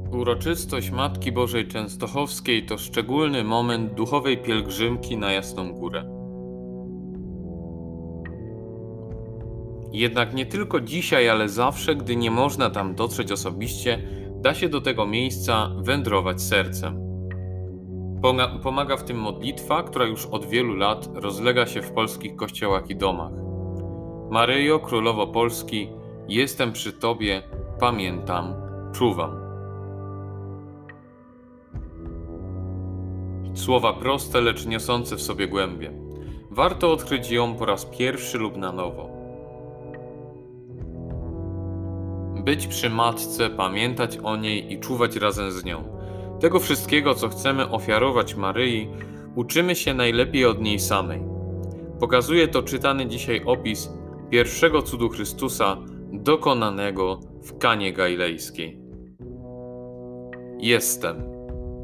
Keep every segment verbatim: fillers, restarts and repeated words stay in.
Uroczystość Matki Bożej Częstochowskiej to szczególny moment duchowej pielgrzymki na Jasną Górę. Jednak nie tylko dzisiaj, ale zawsze, gdy nie można tam dotrzeć osobiście, da się do tego miejsca wędrować sercem. Pomaga w tym modlitwa, która już od wielu lat rozlega się w polskich kościołach i domach. Maryjo, Królowo Polski, jestem przy Tobie, pamiętam, czuwam. Słowa proste, lecz niosące w sobie głębie. Warto odkryć ją po raz pierwszy lub na nowo. Być przy Matce, pamiętać o niej i czuwać razem z nią. Tego wszystkiego, co chcemy ofiarować Maryi, uczymy się najlepiej od niej samej. Pokazuje to czytany dzisiaj opis pierwszego cudu Chrystusa dokonanego w Kanie Galilejskiej. Jestem.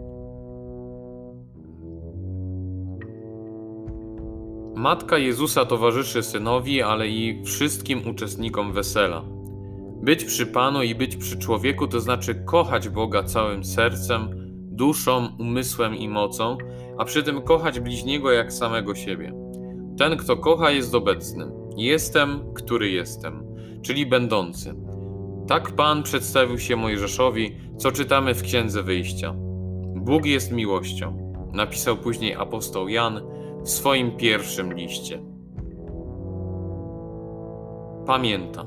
Matka Jezusa towarzyszy Synowi, ale i wszystkim uczestnikom wesela. Być przy Panu i być przy człowieku to znaczy kochać Boga całym sercem, duszą, umysłem i mocą, a przy tym kochać bliźniego jak samego siebie. Ten, kto kocha, jest obecnym. Jestem, który jestem, czyli będący. Tak Pan przedstawił się Mojżeszowi, co czytamy w Księdze Wyjścia. Bóg jest miłością, napisał później apostoł Jan w swoim pierwszym liście. Pamiętam.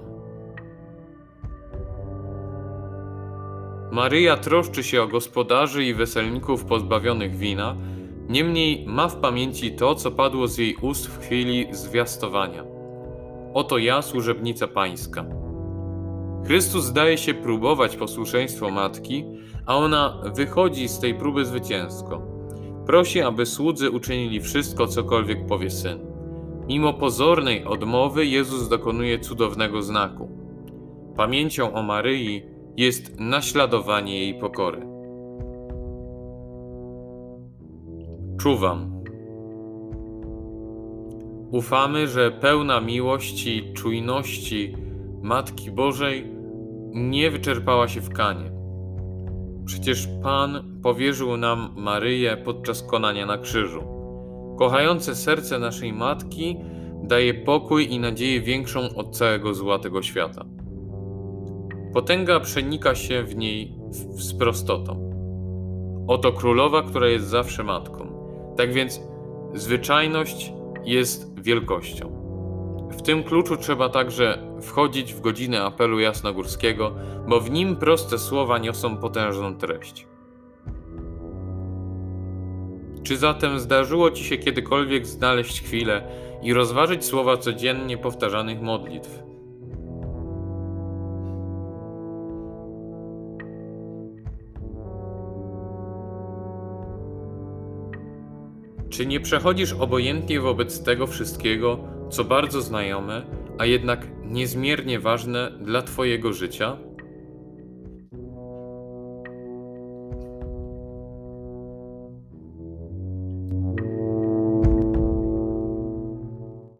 Maryja troszczy się o gospodarzy i weselników pozbawionych wina, niemniej ma w pamięci to, co padło z jej ust w chwili zwiastowania. Oto ja, służebnica Pańska. Chrystus zdaje się próbować posłuszeństwo Matki, a ona wychodzi z tej próby zwycięsko. Prosi, aby słudzy uczynili wszystko, cokolwiek powie Syn. Mimo pozornej odmowy Jezus dokonuje cudownego znaku. Pamięcią o Maryi jest naśladowanie jej pokory. Czuwam. Ufamy, że pełna miłości i czujności Matki Bożej nie wyczerpała się w Kanie. Przecież Pan powierzył nam Maryję podczas konania na krzyżu. Kochające serce naszej Matki daje pokój i nadzieję większą od całego zła tego świata. Potęga przenika się w niej z prostotą. Oto królowa, która jest zawsze matką. Tak więc zwyczajność jest wielkością. W tym kluczu trzeba także wchodzić w godzinę apelu jasnogórskiego, bo w nim proste słowa niosą potężną treść. Czy zatem zdarzyło Ci się kiedykolwiek znaleźć chwilę i rozważyć słowa codziennie powtarzanych modlitw? Czy nie przechodzisz obojętnie wobec tego wszystkiego, co bardzo znajome, a jednak niezmiernie ważne dla Twojego życia?